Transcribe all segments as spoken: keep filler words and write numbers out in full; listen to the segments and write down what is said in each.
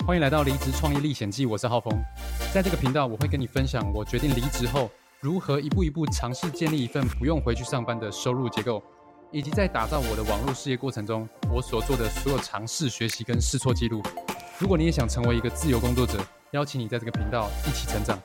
欢迎来到离职创业历险记，我是浩峰。在这个频道，我会跟你分享我决定离职后如何一步一步尝试建立一份不用回去上班的收入结构，以及在打造我的网络事业过程中，我所做的所有尝试、学习跟试错记录。如果你也想成为一个自由工作者，邀请你在这个频道一起成长。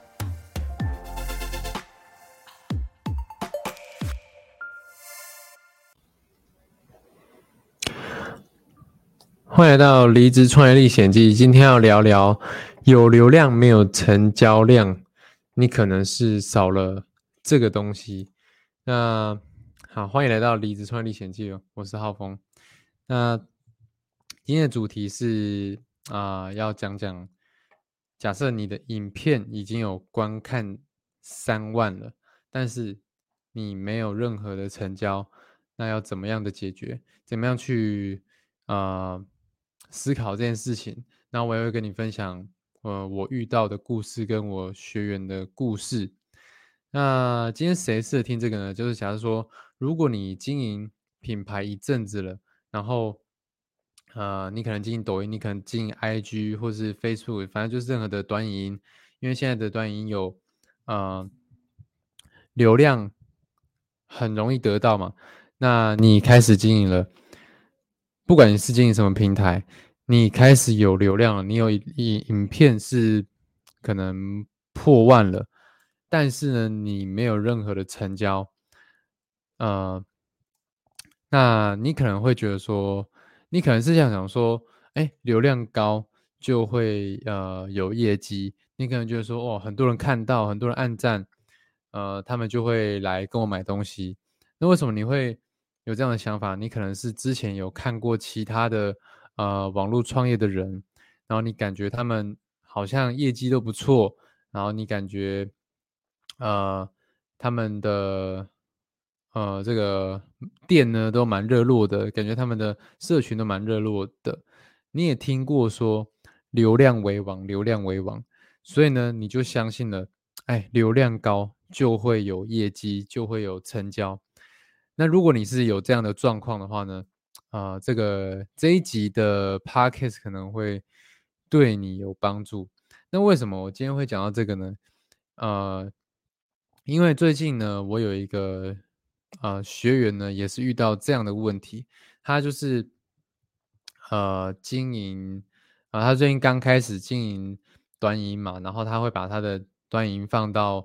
欢迎来到离职创业历险记。今天要聊聊有流量没有成交量，你可能是少了这个东西。那好，欢迎来到离职创业历险记，我是浩峰。那今天的主题是啊、呃，要讲讲，假设你的影片已经有观看三万了，但是你没有任何的成交，那要怎么样的解决？怎么样去啊？呃思考这件事情，那我也会跟你分享呃我遇到的故事跟我学员的故事。那今天谁适合听这个呢？就是假如说，如果你经营品牌一阵子了，然后呃你可能经营抖音，你可能经营 I G 或是 Facebook， 反正就是任何的短影音，因为现在的短影音有呃流量很容易得到嘛，那你开始经营了。不管你是经营什么平台，你开始有流量了，你有影影片是可能破万了，但是呢，你没有任何的成交，呃，那你可能会觉得说，你可能是想想说，哎，流量高就会呃有业绩，你可能觉得说，哦，很多人看到，很多人按赞，呃，他们就会来跟我买东西。那为什么你会有这样的想法？你可能是之前有看过其他的呃网络创业的人，然后你感觉他们好像业绩都不错，然后你感觉呃他们的呃这个店呢都蛮热络的，感觉他们的社群都蛮热络的。你也听过说流量为王，流量为王，所以呢你就相信了，哎，流量高就会有业绩，就会有成交。那如果你是有这样的状况的话呢，啊、呃，这个这一集的 podcast 可能会对你有帮助。那为什么我今天会讲到这个呢？呃，因为最近呢，我有一个呃学员呢，也是遇到这样的问题，他就是呃经营啊、呃，他最近刚开始经营短影音嘛，然后他会把他的短影音放到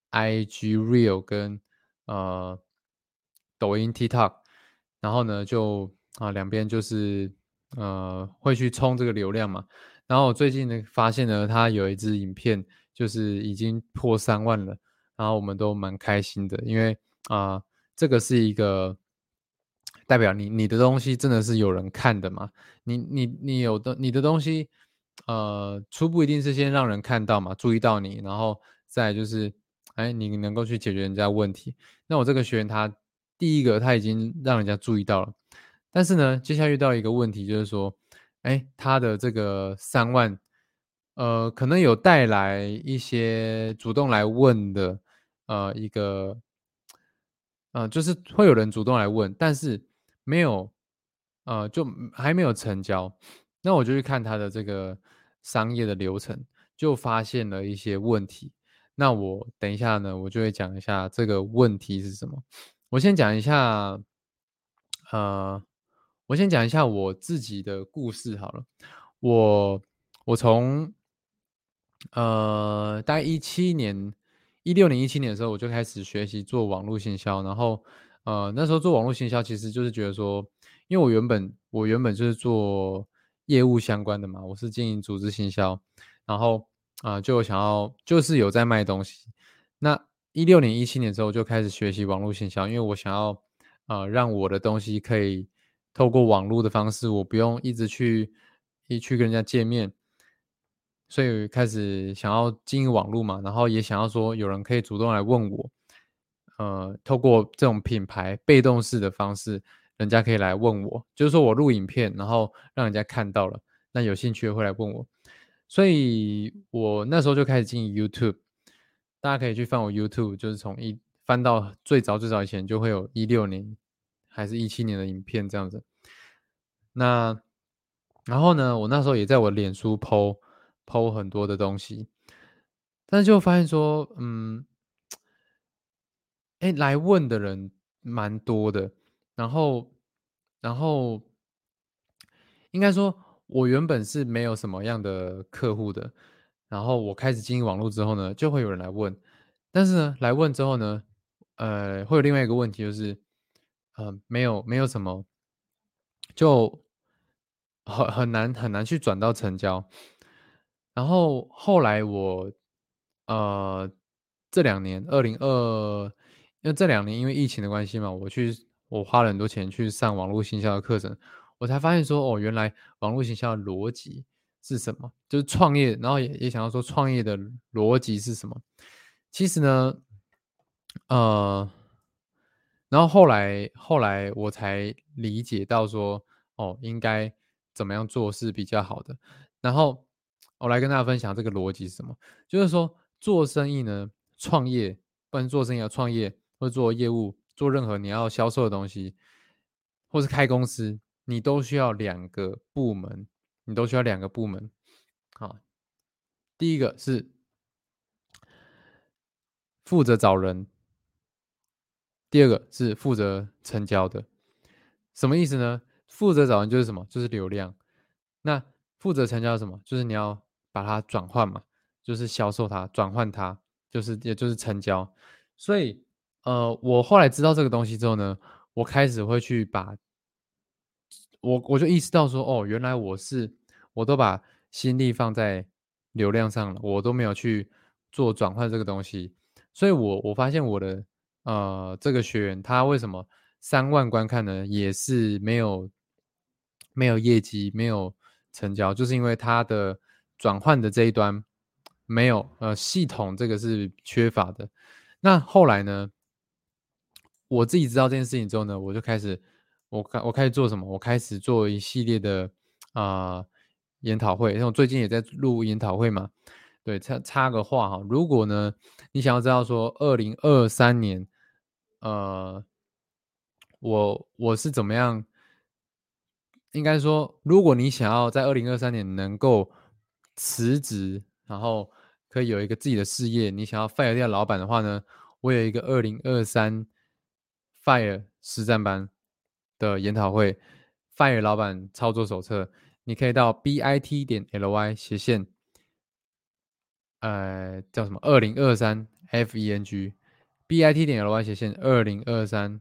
I G Reel 跟呃抖音 TikTok，然后呢就啊两边就是呃会去冲这个流量嘛。然后我最近呢发现呢，他有一支影片就是已经破三万了，然后我们都蛮开心的，因为啊、呃这个是一个代表你你的东西真的是有人看的嘛。你你你有的你的东西，呃，初步一定是先让人看到嘛，注意到你，然后再来就是，哎，你能够去解决人家问题。那我这个学员他第一个他已经让人家注意到了，但是呢，接下来遇到一个问题就是说，哎，他的这个三万，呃，可能有带来一些主动来问的，呃，一个，呃，就是会有人主动来问，但是没有，呃，就还没有成交。那我就去看他的这个商业的流程，就发现了一些问题。那我等一下呢，我就会讲一下这个问题是什么。我先讲一下，呃，我先讲一下我自己的故事好了。我我从呃大概一七年、一六年、一七年的时候，我就开始学习做网络行销。然后呃那时候做网络行销，其实就是觉得说，因为我原本我原本就是做业务相关的嘛，我是经营组织行销，然后啊、呃就想要就是有在卖东西。那一六年、一七年的时候就开始学习网络行销，因为我想要呃让我的东西可以透过网络的方式，我不用一直去一去跟人家见面。所以开始想要经营网络嘛，然后也想要说有人可以主动来问我，呃，透过这种品牌被动式的方式，人家可以来问我，就是说我录影片，然后让人家看到了，那有兴趣的会来问我。所以我那时候就开始经营 YouTube，大家可以去翻我 YouTube，就是从一翻到最早最早以前就会有一六年还是一七年的影片这样子。那然后呢，我那时候也在我脸书 po po 很多的东西，但是就发现说，嗯，哎，来问的人蛮多的，然后，然后应该说，我原本是没有什么样的客户的，然后我开始经营网络之后呢，就会有人来问，但是呢，来问之后呢，呃，会有另外一个问题就是，呃，没有没有什么，就很很难很难去转到成交。然后后来我，呃，这两年二零二，因为这两年因为疫情的关系嘛，我去我花了很多钱去上网络行销的课程，我才发现说，哦，原来网络行销的逻辑是什么，就是创业，然后也也想要说创业的逻辑是什么。其实呢，呃，然后后来后来我才理解到说，哦，应该怎么样做是比较好的。然后我来跟大家分享这个逻辑是什么，就是说做生意呢，创业，不管是做生意要创业，或者做业务，做任何你要销售的东西，或是开公司，你都需要两个部门，你都需要两个部门。好，第一个是负责找人，第二个是负责成交的。什么意思呢？负责找人就是什么？就是流量。那负责成交是什么？就是你要把它转换嘛，就是销售它，转换它，就是也就是成交。所以，呃，我后来知道这个东西之后呢，我开始会去把我我就意识到说，哦，原来我是我都把心力放在流量上了，我都没有去做转换这个东西，所以我我发现我的呃这个学员他为什么三万观看呢，也是没有没有业绩，没有成交，就是因为他的转换的这一端没有呃系统这个是缺乏的。那后来呢，我自己知道这件事情之后呢，我就开始，我开我开始做什么？我开始做一系列的啊、呃研讨会，因为我最近也在录研讨会嘛。对，插插个话哈，如果呢你想要知道说二零二三年，呃，我我是怎么样应该说，如果你想要在二零二三年能够辞职，然后可以有一个自己的事业，你想要 fire 掉老板的话呢，我有一个二零二三 fire 实战班的研讨会，fire 老板操作手册，你可以到 bit 点 ly 斜线，呃，叫什么？二零二三 feng，bit 点 ly 斜线二零二三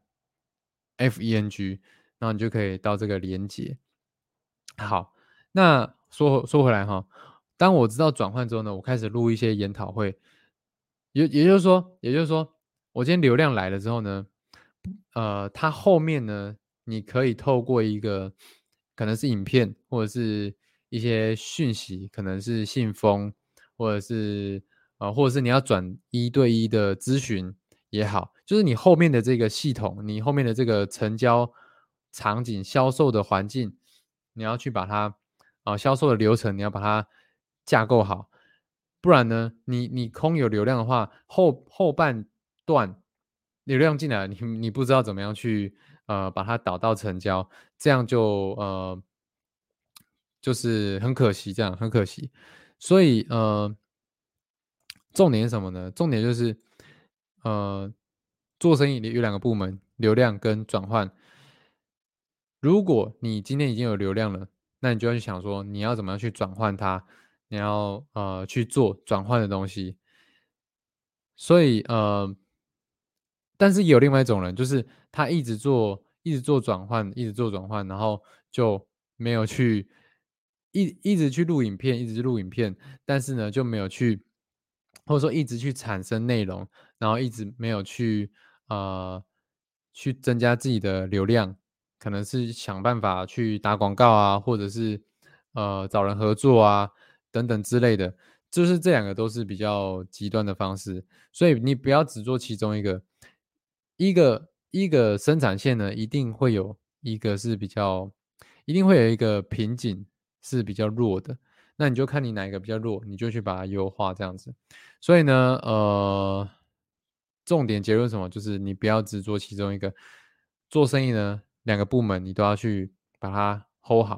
feng，然后你就可以到这个连接。好，那说说回来哈，当我知道转换之后呢，我开始录一些研讨会，也也就是说，也就是说，我今天流量来了之后呢，呃，它后面呢，你可以透过一个可能是影片，或者是一些讯息，可能是信封，或者是呃，或者是你要转一对一的咨询也好，就是你后面的这个系统，你后面的这个成交场景、销售的环境，你要去把它啊、呃销售的流程，你要把它架构好，不然呢，你你空有流量的话，后后半段流量进来，你你不知道怎么样去呃把它导到成交，这样就呃就是很可惜，这样很可惜。所以呃，重点是什么呢？重点就是呃，做生意有两个部门，流量跟转换。如果你今天已经有流量了，那你就要去想说，你要怎么样去转换它，你要呃去做转换的东西。所以呃，但是也有另外一种人，就是他一直做一直做转换，一直做转换，然后就没有去一一直去录影片，一直录影片，但是呢就没有去，或者说一直去产生内容，然后一直没有去呃去增加自己的流量，可能是想办法去打广告啊，或者是呃找人合作啊等等之类的，就是这两个都是比较极端的方式。所以你不要只做其中一个，一个一个生产线呢，一定会有一个是比较，一定会有一个瓶颈是比较弱的，那你就看你哪一个比较弱，你就去把它优化这样子。所以呢，呃，重点结论是什么？就是你不要只做其中一个，做生意呢，两个部门你都要去把它 hold 好，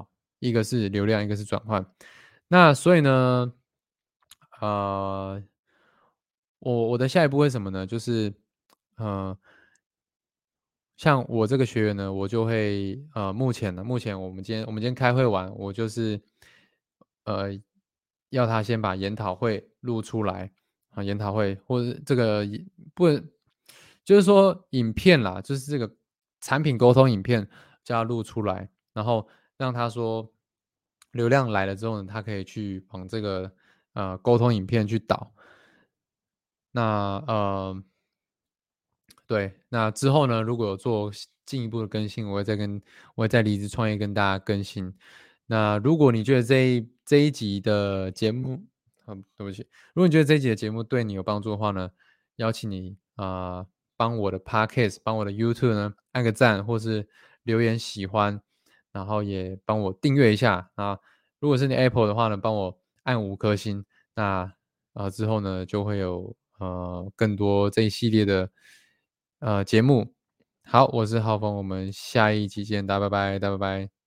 一个是流量，一个是转换。那所以呢，呃，我我的下一步会什么呢？就是呃，像我这个学员呢，我就会呃，目前呢，目前我们今天我们今天开会完，我就是呃，要他先把研讨会录出来啊，研讨会或者这个不就是说影片啦，就是这个产品沟通影片叫他录出来，然后让他说流量来了之后呢，他可以去往这个呃沟通影片去导。那呃，对，那之后呢，如果有做进一步的更新，我会再跟我会再离职创业跟大家更新。那如果你觉得这一这一集的节目，嗯，对不起，如果你觉得这一集的节目对你有帮助的话呢，邀请你啊、呃帮我的 Podcast，帮我的 YouTube 呢按个赞，或是留言喜欢，然后也帮我订阅一下啊。如果是你 Apple 的话呢，帮我按五颗星。那呃之后呢就会有呃更多这一系列的呃节目。好，我是浩峰，我们下一集见，大家拜拜，大家拜拜。